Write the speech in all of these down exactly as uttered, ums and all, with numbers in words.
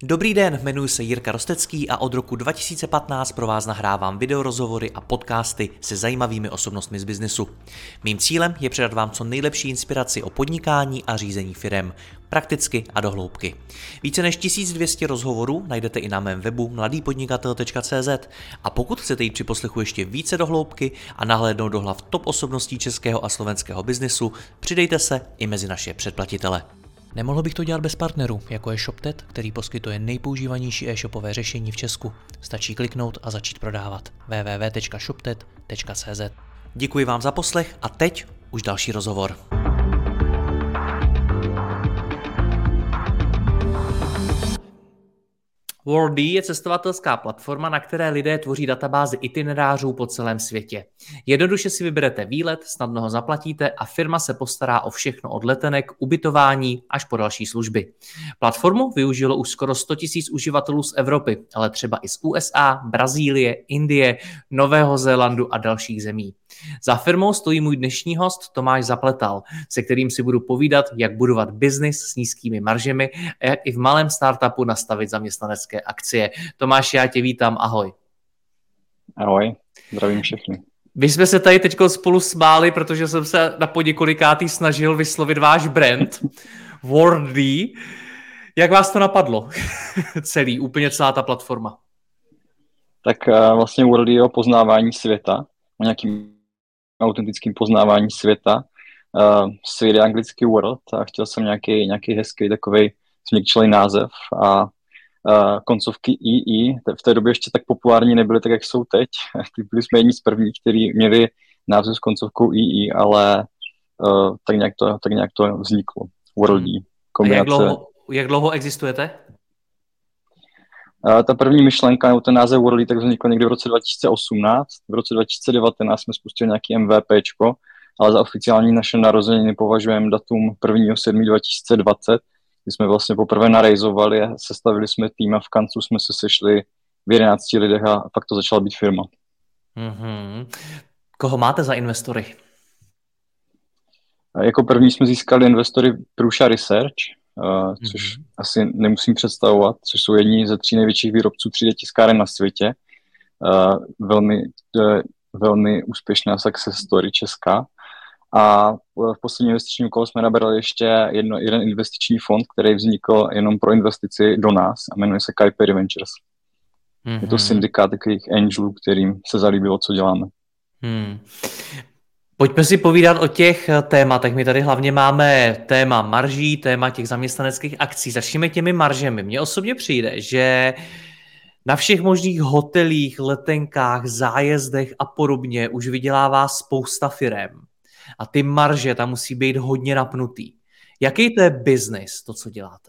Dobrý den, jmenuji se Jirka Rostecký a od roku dva tisíce patnáct pro vás nahrávám videorozhovory a podcasty se zajímavými osobnostmi z biznesu. Mým cílem je předat vám co nejlepší inspiraci o podnikání a řízení firem, prakticky a do hloubky. Více než tisíc dvě stě rozhovorů najdete i na mém webu mladý podnikatel tečka cé zet a pokud chcete jít při poslechu ještě více do hloubky a nahlédnout do hlav top osobností českého a slovenského biznesu, přidejte se i mezi naše předplatitele. Nemohl bych to dělat bez partnerů, jako je ShopTet, který poskytuje nejpoužívanější e-shopové řešení v Česku. Stačí kliknout a začít prodávat. w w w tečka shoptet tečka cé zet. Děkuji vám za poslech a teď už další rozhovor. Worldy je cestovatelská platforma, na které lidé tvoří databázi itinerářů po celém světě. Jednoduše si vyberete výlet, snadno ho zaplatíte a firma se postará o všechno od letenek, ubytování až po další služby. Platformu využilo už skoro sto tisíc uživatelů z Evropy, ale třeba i z U S A, Brazílie, Indie, Nového Zélandu a dalších zemí. Za firmou stojí můj dnešní host Tomáš Zapletal, se kterým si budu povídat, jak budovat biznis s nízkými maržemi a jak i v malém startupu nastavit zaměstnanecké akcie. Tomáš, já tě vítám, ahoj. Ahoj, zdravím všechny. My jsme se tady teď spolu smáli, protože jsem se na poněkolikátý snažil vyslovit váš brand, Worldy. Jak vás to napadlo? Celý, úplně celá ta platforma. Tak vlastně Worldy je o poznávání světa, o nějakým autentickým poznávání světa. Uh, svět je anglický world a chtěl jsem nějaký, nějaký hezký takovej změkčilý název a uh, koncovky í í v té době ještě tak populární nebyly tak, jak jsou teď. Byli jsme jedni z prvních, kteří měli název s koncovkou í í, ale uh, tak, nějak to, tak nějak to vzniklo. Worldy. Kombinace. A jak dlouho, jak dlouho existujete? Uh, ta první myšlenka, nebo ten název Worldy, tak vznikl někdy v roce dva tisíce osmnáct. V roce dva tisíce devatenáct jsme spustili nějaký MVPčko, ale za oficiální naše narozeniny považujeme datum prvního sedmého dva tisíce dvacet, kdy jsme vlastně poprvé narejzovali a sestavili jsme tým a v Kancu jsme se sešli v jedenácti lidech a pak to začala být firma. Mm-hmm. Koho máte za investory? A jako první jsme získali investory Prusa Research, Uh, což mm-hmm. asi nemusím představovat, což jsou jedni ze tří největších výrobců tři dé tiskáren na světě. Uh, velmi, uh, velmi úspěšná success story česká. A v posledním investičním kole jsme nabrali ještě jedno, jeden investiční fond, který vznikl jenom pro investici do nás a jmenuje se Kuiper Ventures. Mm-hmm. Je to syndikát takových angelů, kterým se zalíbilo, co děláme. Hmm. Pojďme si povídat o těch tématech. My tady hlavně máme téma marží, téma těch zaměstnaneckých akcí. Začněme těmi maržemi. Mně osobně přijde, že na všech možných hotelích, letenkách, zájezdech a podobně už vydělává spousta firem. A ty marže tam musí být hodně napnutý. Jaký to je biznis, to, co děláte?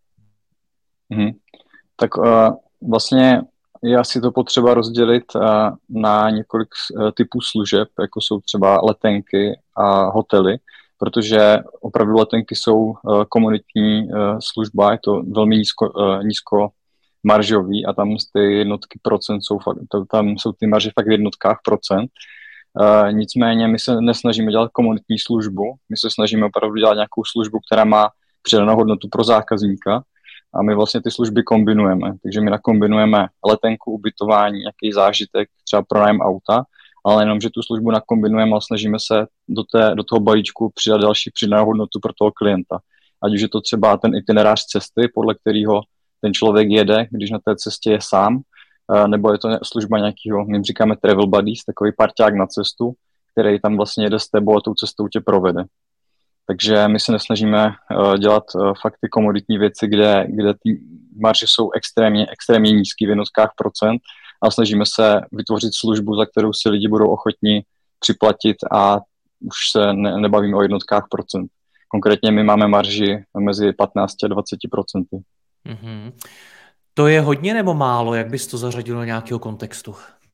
Hmm. Tak uh, vlastně je asi to potřeba rozdělit na několik typů služeb, jako jsou třeba letenky a hotely, protože opravdu letenky jsou komunitní služba, je to velmi nízko, nízko maržový a tam ty jednotky procent jsou, tam jsou ty marže fakt v jednotkách procent. Nicméně my se nesnažíme dělat komunitní službu, my se snažíme opravdu dělat nějakou službu, která má přidanou hodnotu pro zákazníka. A my vlastně ty služby kombinujeme. Takže my nakombinujeme letenku, ubytování, nějaký zážitek, třeba pronájem auta, ale jenom, že tu službu nakombinujeme a snažíme se do, té, do toho balíčku přidat další přidanou hodnotu pro toho klienta. Ať už je to třeba ten itinerář cesty, podle kterého ten člověk jede, když na té cestě je sám, nebo je to služba nějakého, my říkáme travel buddies, takový parťák na cestu, který tam vlastně jede s tebou a tou cestou tě provede. Takže my se nesnažíme uh, dělat uh, fakt ty komoditní věci, kde, kde ty marže jsou extrémně, extrémně nízký v jednotkách procent a snažíme se vytvořit službu, za kterou si lidi budou ochotní připlatit a už se ne, nebavíme o jednotkách procent. Konkrétně my máme marži mezi patnáct a dvacet procent. Mm-hmm. To je hodně nebo málo? Jak bys to zařadil do nějakého kontextu?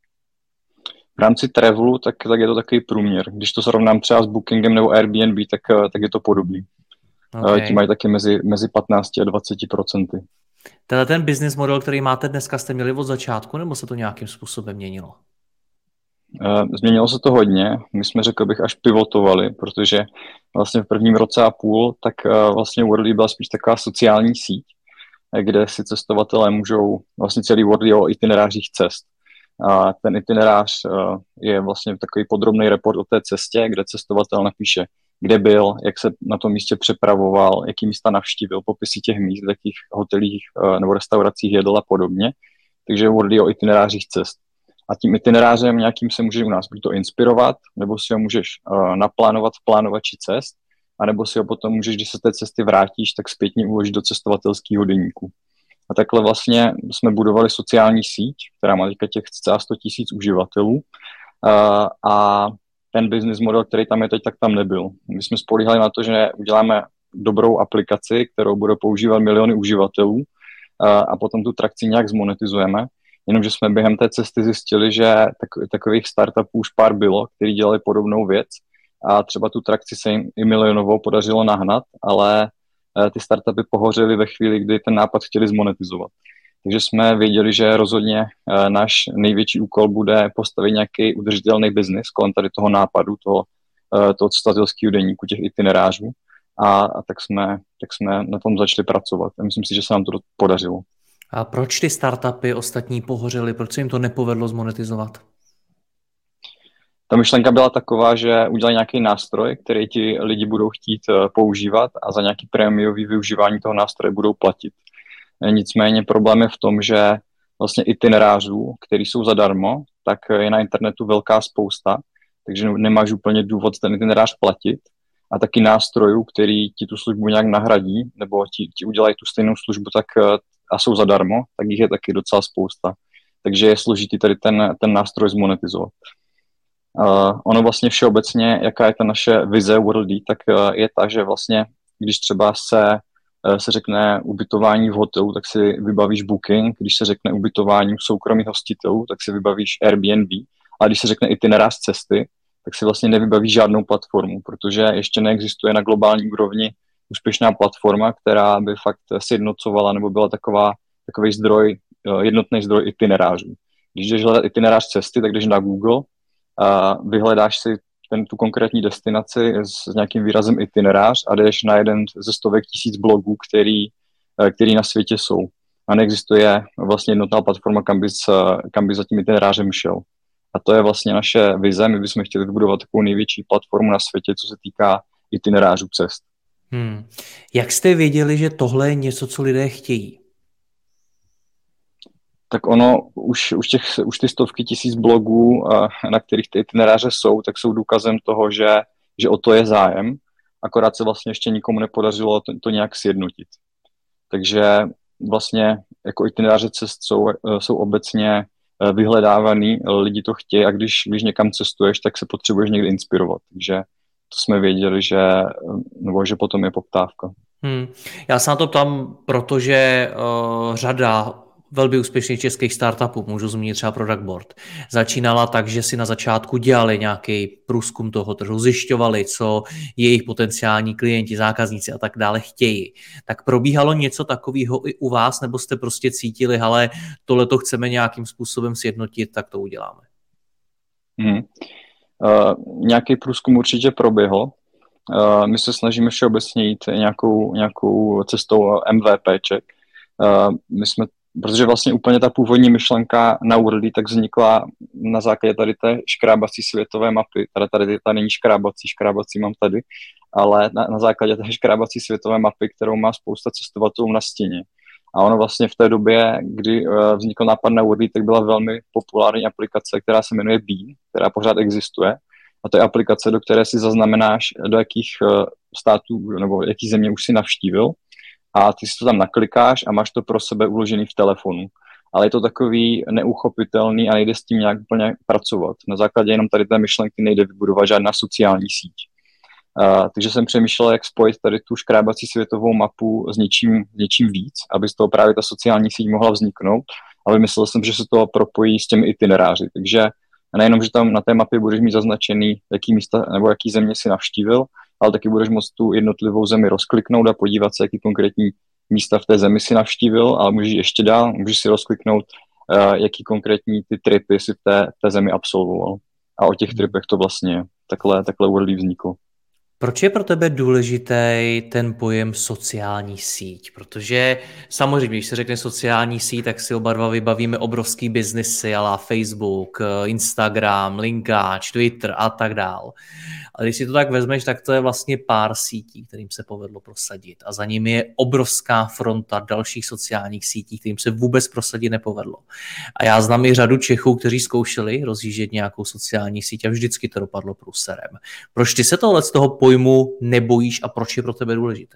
V rámci travelu, tak, tak je to takový průměr. Když to srovnám třeba s Bookingem nebo Airbnb, tak, tak je to podobný. Okay. Ti mají taky mezi, mezi patnáct a dvacet procenty. Tenhle ten business model, který máte dneska, jste měli od začátku, nebo se to nějakým způsobem měnilo? Změnilo se to hodně. My jsme, řekl bych, až pivotovali, protože vlastně v prvním roce a půl, tak vlastně Worldy byla spíš taková sociální síť. kde si cestovatelé můžou, vlastně celý World je o itinerářích cest. A ten itinerář je vlastně takový podrobný report o té cestě, kde cestovatel napíše, kde byl, jak se na tom místě přepravoval, jaký místa navštívil, popisy těch míst, v jakých hotelích nebo restauracích jedl a podobně. Takže World je o itinerářích cest. A tím itinerářem nějakým se může u nás buď to inspirovat, nebo si ho můžeš uh, naplánovat v plánovači cest, anebo si ho potom můžeš, když se z té cesty vrátíš, tak zpětně uložit do cestovatelského deníku. A takhle vlastně jsme budovali sociální síť, která má teďka těch cca sto tisíc uživatelů uh, a ten business model, který tam je teď, tak tam nebyl. My jsme spolíhali na to, že uděláme dobrou aplikaci, kterou budou používat miliony uživatelů uh, a potom tu trakci nějak zmonetizujeme. Jenomže jsme během té cesty zjistili, že tak, takových startupů už pár bylo, kteří dělali podobnou věc a třeba tu trakci se jim i milionovou podařilo nahnat, ale ty startupy pohořely ve chvíli, kdy ten nápad chtěli zmonetizovat. Takže jsme věděli, že rozhodně náš největší úkol bude postavit nějaký udržitelný biznis kolem tady toho nápadu, toho, toho cestovatelského deníku, těch itinerářů a, a tak, jsme, tak jsme na tom začali pracovat. A myslím si, že se nám to podařilo. A proč ty startupy ostatní pohořely? Proč se jim to nepovedlo zmonetizovat? Ta myšlenka byla taková, že udělají nějaký nástroj, který ti lidi budou chtít používat a za nějaký prémiový využívání toho nástroje budou platit. Nicméně problém je v tom, že vlastně itinerářů, který jsou zadarmo, tak je na internetu velká spousta, takže nemáš úplně důvod ten itinerář platit. A taky nástrojů, který ti tu službu nějak nahradí, nebo ti, ti udělají tu stejnou službu tak, a jsou zadarmo, tak jich je taky docela spousta. Takže je složitý tady ten, ten nástroj zmonetizovat. Uh, ono vlastně všeobecně, jaká je ta naše vize Worldy, tak uh, je ta, že vlastně, když třeba se, uh, se řekne ubytování v hotelu, tak si vybavíš Booking, když se řekne ubytování v soukromých hostitelů, tak si vybavíš Airbnb, a když se řekne itinerář cesty, tak si vlastně nevybavíš žádnou platformu, protože ještě neexistuje na globální úrovni úspěšná platforma, která by fakt sjednocovala nebo byla taková, takový zdroj, uh, jednotný zdroj itinerářů. Když jdeš hledat itinerář cesty, tak jdeš na Google, a vyhledáš si ten, tu konkrétní destinaci s, s nějakým výrazem itinerář a jdeš na jeden ze stovek tisíc blogů, který, který na světě jsou. A neexistuje vlastně jednotná platforma, kam bys, kam bys za tím itinerářem šel. A to je vlastně naše vize. My bychom chtěli vybudovat takovou největší platformu na světě, co se týká itinerářů cest. Hmm. Jak jste věděli, že tohle je něco, co lidé chtějí? Tak ono, už, už, těch, už ty stovky tisíc blogů, na kterých ty itineráře jsou, tak jsou důkazem toho, že, že o to je zájem, akorát se vlastně ještě nikomu nepodařilo to, to nějak sjednotit. Takže vlastně jako itineráře cest jsou, jsou obecně vyhledávaný, lidi to chtějí a když, když někam cestuješ, tak se potřebuješ někde inspirovat. Takže to jsme věděli, že, nebo že potom je poptávka. Hmm. Já se na to ptám, protože uh, řada velmi úspěšných českých startupů, můžu zmínit třeba Product Board, začínala tak, že si na začátku dělali nějaký průzkum toho trhu, zjišťovali, co jejich potenciální klienti, zákazníci a tak dále chtějí. Tak probíhalo něco takového i u vás, nebo jste prostě cítili, hele, tohle to chceme nějakým způsobem sjednotit, tak to uděláme? Hmm. Uh, nějaký průzkum určitě proběhl. Uh, my se snažíme všeobecně jít nějakou, nějakou cestou MVPček. Uh, my jsme Protože vlastně úplně ta původní myšlenka na Worldy tak vznikla na základě tady té škrábací světové mapy. Tady, tady ta není škrábací, škrábací mám tady, ale na, na základě té škrábací světové mapy, kterou má spousta cestovatelů na stěně. A ono vlastně v té době, kdy uh, vznikl nápad na Worldy, tak byla velmi populární aplikace, která se jmenuje Bean, která pořád existuje. A to je aplikace, do které si zaznamenáš, do jakých uh, států nebo jaký země už si navštívil. A ty si to tam naklikáš a máš to pro sebe uložený v telefonu. Ale je to takový neuchopitelný a nejde s tím nějak úplně pracovat. Na základě jenom tady té myšlenky nejde vybudovat žádná sociální síť. Uh, takže jsem přemýšlel, jak spojit tady tu škrábací světovou mapu s něčím, něčím víc, aby z toho právě ta sociální síť mohla vzniknout. A vymyslel jsem, že se to propojí s těmi itineráři. Takže nejenom, že tam na té mapě budeš mít zaznačený, jaký místa nebo jaký země si navštívil, ale taky budeš moct tu jednotlivou zemi rozkliknout a podívat se, jaký konkrétní místa v té zemi si navštívil, ale můžeš ještě dál, můžeš si rozkliknout, uh, jaký konkrétní ty tripy si v té, v té zemi absolvoval. A o těch tripech to vlastně takhle, takhle Worldy vzniklo. Proč je pro tebe důležitý ten pojem sociální síť? Protože samozřejmě, když se řekne sociální síť, tak si oba dva vybavíme obrovský biznesy, ala Facebook, Instagram, Linkáč, Twitter a tak dál. Ale když si to tak vezmeš, tak to je vlastně pár sítí, kterým se povedlo prosadit. A za nimi je obrovská fronta dalších sociálních sítí, kterým se vůbec prosadit nepovedlo. A já znám i řadu Čechů, kteří zkoušeli rozjíždět nějakou sociální síť a vždycky to dopadlo průserem. Proč ty se tohle z toho pojmu nebojíš a proč je pro tebe důležitý?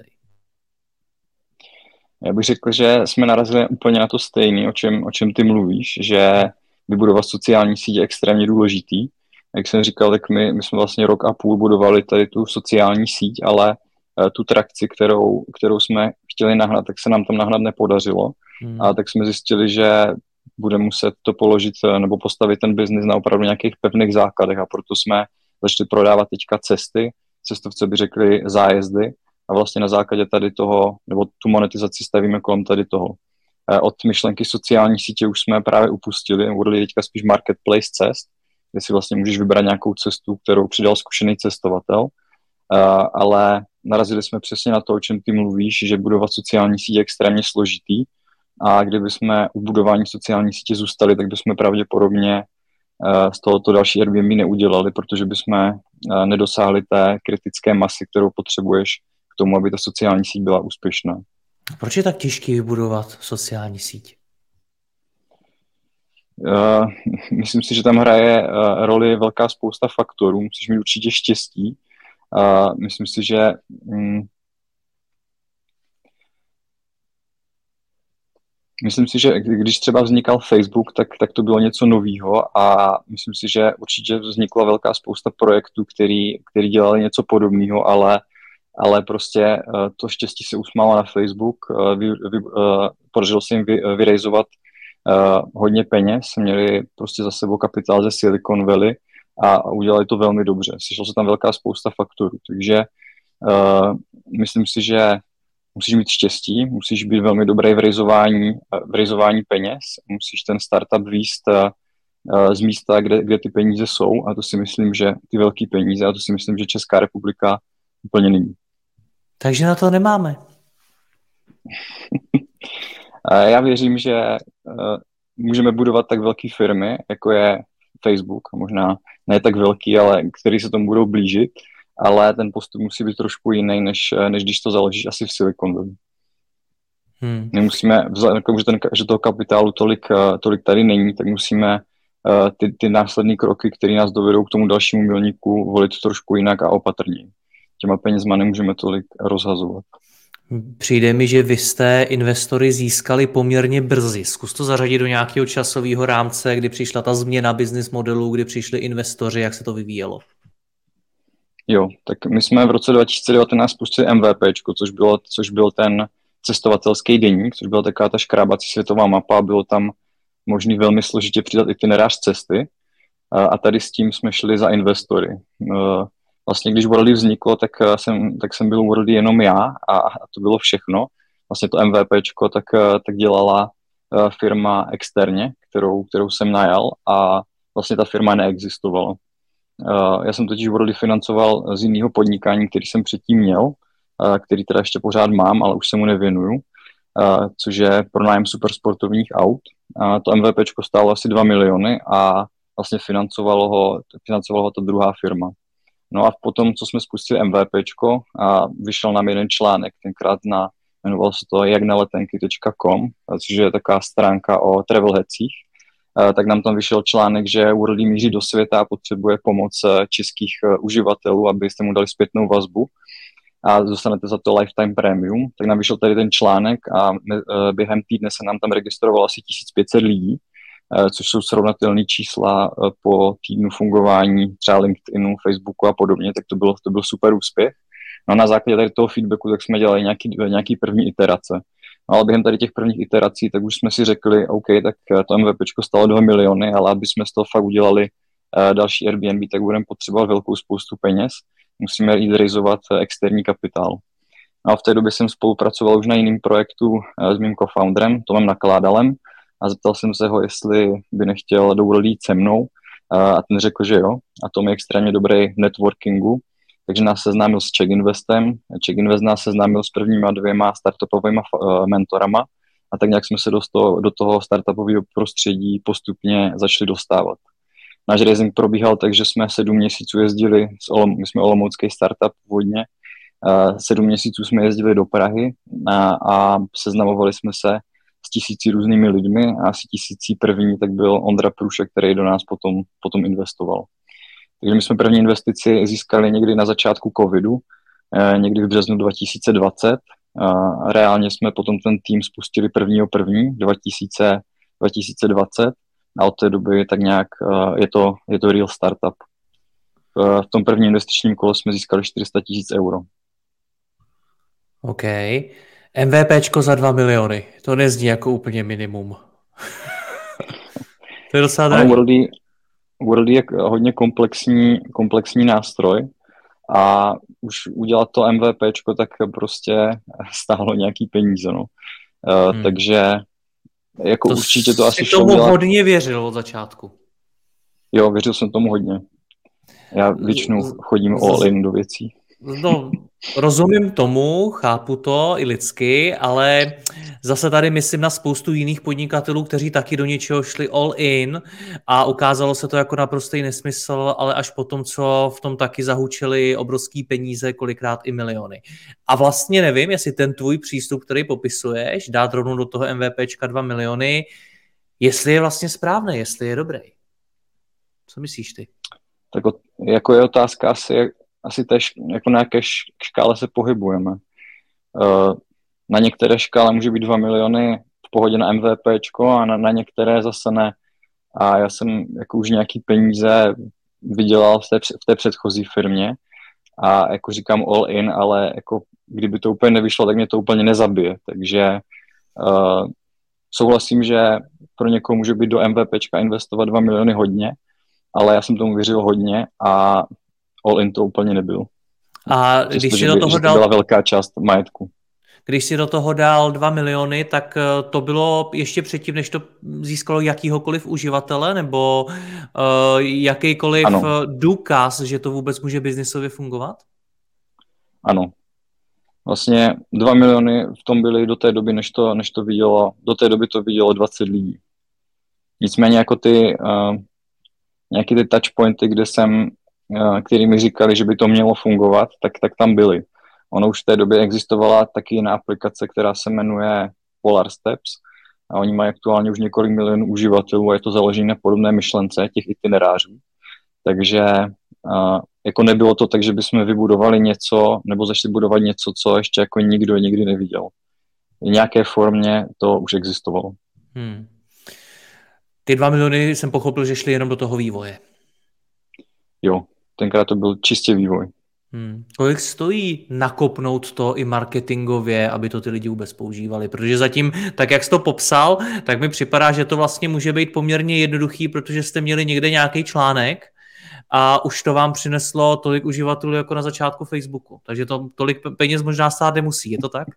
Já bych řekl, že jsme narazili úplně na to stejný, o čem, o čem ty mluvíš, že vybudovat sociální síť je extrémně důležitý. Jak jsem říkal, tak my, my jsme vlastně rok a půl budovali tady tu sociální síť, ale uh, tu trakci, kterou, kterou jsme chtěli nahnat, tak se nám tam nahnat nepodařilo. Hmm. A tak jsme zjistili, že budeme muset to položit nebo postavit ten biznis na opravdu nějakých pevných základech a proto jsme začali prodávat teďka cesty, cestovce by řekli zájezdy a vlastně na základě tady toho, nebo tu monetizaci stavíme kolem tady toho. Od myšlenky sociální sítě už jsme právě upustili, budili teďka spíš marketplace cest, kde si vlastně můžeš vybrat nějakou cestu, kterou přidal zkušený cestovatel, ale narazili jsme přesně na to, o čem ty mluvíš, že budovat sociální sítě je extrémně složitý a kdyby jsme u budování sociální sítě zůstali, tak bychom pravděpodobně z tohoto další Airbnb neudělali, protože bychom nedosáhli té kritické masy, kterou potřebuješ k tomu, aby ta sociální síť byla úspěšná. Proč je tak těžké vybudovat sociální síť? Uh, myslím si, že tam hraje uh, roli velká spousta faktorů. Musíš mít určitě štěstí. Uh, myslím si, že um, Myslím si, že když třeba vznikal Facebook, tak, tak to bylo něco novýho a myslím si, že určitě vznikla velká spousta projektů, který, který dělali něco podobného, ale, ale prostě uh, to štěstí se usmálo na Facebook, uh, vy, vy, uh, podařilo se jim vy, uh, vyrejzovat uh, hodně peněz, měli prostě za sebou kapitál ze Silicon Valley a udělali to velmi dobře. Sešlo se tam velká spousta faktorů, takže uh, myslím si, že musíš mít štěstí, musíš být velmi dobrý v rejzování, v rejzování peněz, musíš ten startup výst z místa, kde, kde ty peníze jsou a to si myslím, že ty velký peníze a to si myslím, že Česká republika úplně není. Takže na to nemáme. Já věřím, že můžeme budovat tak velké firmy, jako je Facebook, možná ne tak velký, ale který se tomu budou blížit, ale ten postup musí být trošku jiný, než, než když to založíš asi v Silicon Valley. Hmm. My musíme, vzhledem, že, ten, že toho kapitálu tolik, tolik tady není, tak musíme uh, ty, ty následné kroky, které nás dovedou k tomu dalšímu milníku, volit trošku jinak a opatrněji. Těma penězma nemůžeme tolik rozhazovat. Přijde mi, že vy jste investory získali poměrně brzy. Zkus to zařadit do nějakého časového rámce, kdy přišla ta změna business modelu, kdy přišli investoři, jak se to vyvíjelo. Jo, tak my jsme v roce dva tisíce devatenáct spustili MVPčko, což, bylo, což byl ten cestovatelský deník, což byla taková ta škrábací světová mapa, bylo tam možný velmi složitě přidat itinerář cesty a tady s tím jsme šli za investory. Vlastně když Worldy vzniklo, tak jsem, tak jsem byl u Worldy jenom já a, a to bylo všechno. Vlastně to MVPčko tak, tak dělala firma externě, kterou, kterou jsem najal a vlastně ta firma neexistovala. Já jsem totiž Worldy financoval z jiného podnikání, který jsem předtím měl, který teda ještě pořád mám, ale už se mu nevěnuju, což je pronájem supersportovních aut. To MVPčko stálo asi dva miliony a vlastně financovalo ho, financovala ho ta druhá firma. No a potom, co jsme spustili MVPčko, a vyšel nám jeden článek, tenkrát na, jmenoval se to jak na letenky tečka com, což je taková stránka o travelheadcích, tak nám tam vyšel článek, že Worldy míří do světa a potřebuje pomoc českých uživatelů, abyste mu dali zpětnou vazbu a dostanete za to lifetime premium. Tak nám vyšel tady ten článek a během týdne se nám tam registrovalo asi tisíc pět set lidí, což jsou srovnatelné čísla po týdnu fungování třeba LinkedInu, Facebooku a podobně, tak to byl, to byl super úspěch. No a na základě tady toho feedbacku tak jsme dělali nějaký, nějaký první iterace. No ale během tady těch prvních iterací, tak už jsme si řekli, OK, tak to MVPčko stalo dva miliony, ale aby jsme z toho fakt udělali uh, další Airbnb, tak budeme potřebovat velkou spoustu peněz. Musíme jít realizovat uh, externí kapitál. No a v té době jsem spolupracoval už na jiném projektu uh, s mým co-founderem, Tomem Nakládalem, a zeptal jsem se ho, jestli by nechtěl do Worldy jít se mnou uh, a ten řekl, že jo. A Tom je extrémně dobrý v networkingu, takže nás seznámil s Czech Investem. Czech Invest nás seznámil s prvníma dvěma startupovými mentorama a tak nějak jsme se do toho, do toho startupového prostředí postupně začali dostávat. Náš raising probíhal tak, že jsme sedm měsíců jezdili, s Olom, my jsme olomoucký startup původně, uh, sedm měsíců jsme jezdili do Prahy a, a seznamovali jsme se s tisíci různými lidmi a asi tisící první tak byl Ondra Průšek, který do nás potom, potom investoval. Takže my jsme první investici získali někdy na začátku covidu, eh, někdy v březnu dva tisíce dvacet. A reálně jsme potom ten tým spustili prvního první dva tisíce dvacet a od té doby tak nějak eh, je, to, je to real startup. Eh, v tom prvním investičním kole jsme získali čtyři sta tisíc euro. OK. MVPčko za dva miliony. To nezní jako úplně minimum. To je docela drahý. Worldy, Worldy je hodně komplexní, komplexní nástroj a už udělat to MVPčko tak prostě stálo nějaký peníze. No. Uh, hmm. Takže jako to určitě to asi šlo. Tomu dělat... hodně věřil od začátku. Jo, věřil jsem tomu hodně. Já většinou chodím all in do věcí. No, rozumím tomu, chápu to i lidsky, ale zase tady myslím na spoustu jiných podnikatelů, kteří taky do něčeho šli all in a ukázalo se to jako naprostý nesmysl, ale až potom, co v tom taky zahučili obrovský peníze, kolikrát i miliony. A vlastně nevím, jestli ten tvůj přístup, který popisuješ, dát rovnou do toho MVPčka dva miliony, jestli je vlastně správný, jestli je dobrý. Co myslíš ty? Tak jako je otázka asi, jak asi tež, jako na jaké škále se pohybujeme. Uh, na některé škále může být dva miliony v pohodě na MVPčko a na, na některé zase ne. A já jsem jako už nějaký peníze vydělal v té, v té předchozí firmě a jako říkám all in, ale jako kdyby to úplně nevyšlo, tak mě to úplně nezabije. Takže uh, souhlasím, že pro někoho může být do MVPčka investovat dva miliony hodně, ale já jsem tomu věřil hodně a all in to úplně nebyl. A když Přesto, si do toho by, dal... to byla velká část majetku. Když si do toho dal dva miliony, tak to bylo ještě předtím, než to získalo jakýhokoliv uživatele, nebo uh, jakýkoliv ano. důkaz, že to vůbec může biznisově fungovat? Ano. Vlastně dva miliony v tom byly do té doby, než to, než to vidělo, do té doby to vidělo dvacet lidí. Nicméně jako ty uh, nějaký ty touchpointy, kde jsem který mi říkali, že by to mělo fungovat, tak, tak tam byly. Ono už v té době existovala taky jiná aplikace, která se jmenuje Polar Steps a oni mají aktuálně už několik milionů uživatelů a je to založené na podobné myšlence těch itinerářů. Takže uh, jako nebylo to tak, že bychom vybudovali něco nebo začali budovat něco, co ještě jako nikdo nikdy neviděl. V nějaké formě to už existovalo. Hmm. Ty dva miliony jsem pochopil, že šly jenom do toho vývoje. Jo. Tenkrát to byl čistě vývoj. Hmm. Kolik stojí nakopnout to i marketingově, aby to ty lidi vůbec používali? Protože zatím, tak jak jsi to popsal, tak mi připadá, že to vlastně může být poměrně jednoduchý, protože jste měli někde nějaký článek a už to vám přineslo tolik uživatelů jako na začátku Facebooku. Takže to tolik peněz možná stát nemusí, je to tak?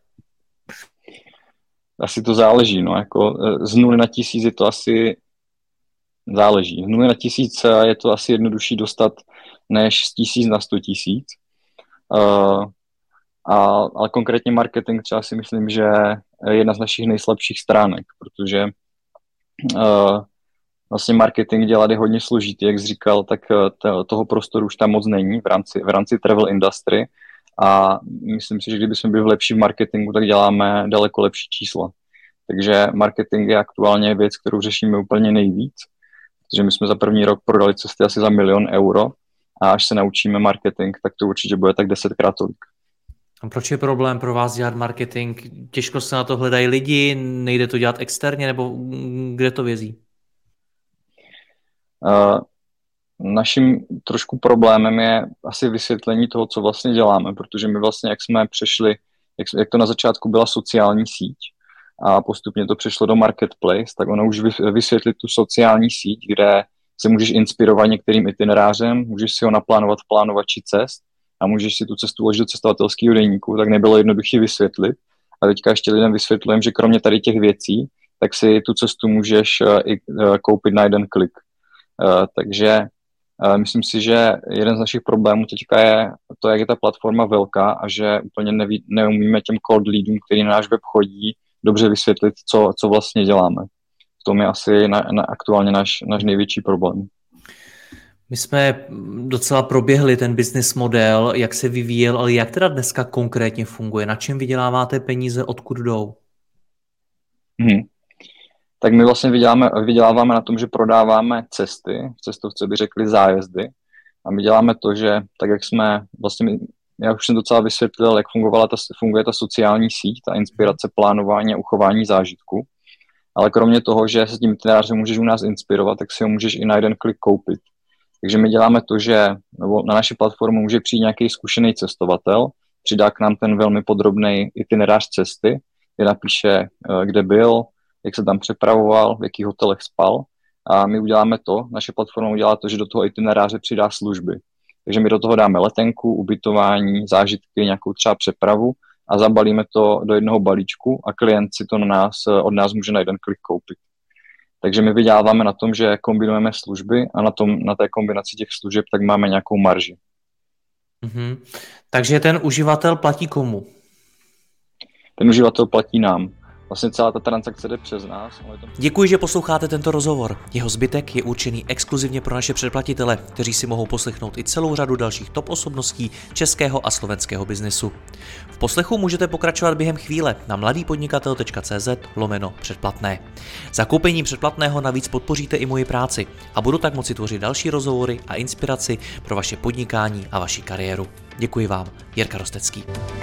Asi to záleží, no, jako z nuly na tisíc je to asi záleží. Z nuly na tisíc je to asi jednodušší dostat než z tisíc na sto tisíc. Uh, a, ale konkrétně marketing třeba si myslím, že je jedna z našich nejslabších stránek, protože uh, vlastně marketing dělat je hodně složitý, jak jsi říkal, tak t- toho prostoru už tam moc není v rámci, v rámci travel industry a myslím si, že kdyby jsme byli lepší v marketingu, tak děláme daleko lepší čísla. Takže marketing je aktuálně věc, kterou řešíme úplně nejvíc, protože my jsme za první rok prodali cesty asi za milion euro a až se naučíme marketing, tak to určitě bude tak desetkrát tolik. A proč je problém pro vás dělat marketing? Těžko se na to hledají lidi, nejde to dělat externě, nebo kde to vězí? Uh, naším trošku problémem je asi vysvětlení toho, co vlastně děláme, protože my vlastně, jak jsme přešli, jak, jak to na začátku byla sociální síť a postupně to přešlo do marketplace, tak ono už vysvětlit tu sociální síť, kde se můžeš inspirovat některým itinerářem, můžeš si ho naplánovat v plánovači cest a můžeš si tu cestu vložit do cestovatelského deníku, tak nebylo jednoduché vysvětlit. A teďka ještě lidem vysvětlujeme, že kromě tady těch věcí, tak si tu cestu můžeš uh, i uh, koupit na jeden klik. Uh, takže Myslím si, že jeden z našich problémů teďka je to, jak je ta platforma velká a že úplně neví, neumíme těm cold leadům, který na náš web chodí, dobře vysvětlit, co, co vlastně děláme. V tom je asi na, na, aktuálně náš, náš největší problém. My jsme docela proběhli ten business model, jak se vyvíjel, ale jak teda dneska konkrétně funguje? Na čem vyděláváte peníze, odkud jdou? Hmm. Tak my vlastně vyděláme, vyděláváme na tom, že prodáváme cesty, v cestovce by řekli zájezdy, a my děláme to, že tak, jak jsme, vlastně já už jsem docela vysvětlil, jak fungovala ta, funguje ta sociální síť, ta inspirace, plánování a uchování zážitku, ale kromě toho, že se tím itinerářem můžeš u nás inspirovat, tak si ho můžeš i na jeden klik koupit. Takže my děláme to, že nebo na naši platformu může přijít nějaký zkušený cestovatel, přidá k nám ten velmi podrobný itinerář cesty, kde napíše, kde byl, jak se tam přepravoval, v jakých hotelech spal, a my uděláme to, naše platforma udělá to, že do toho itineráře přidá služby. Takže my do toho dáme letenku, ubytování, zážitky, nějakou třeba přepravu a zabalíme to do jednoho balíčku a klient si to na nás, od nás může na jeden klik koupit. Takže my vyděláváme na tom, že kombinujeme služby a na, tom, na té kombinaci těch služeb tak máme nějakou marži. Mm-hmm. Takže ten uživatel platí komu? Ten uživatel platí nám. Vlastně celá ta transakce jde přes nás. To... Děkuji, že posloucháte tento rozhovor. Jeho zbytek je určený exkluzivně pro naše předplatitele, kteří si mohou poslechnout i celou řadu dalších top osobností českého a slovenského biznesu. V poslechu můžete pokračovat během chvíle na mladýpodnikatel tečka cé zet lomeno předplatné. Zakoupením předplatného navíc podpoříte i moji práci a budu tak moci tvořit další rozhovory a inspiraci pro vaše podnikání a vaši kariéru. Děkuji vám, Jirka Rostecký.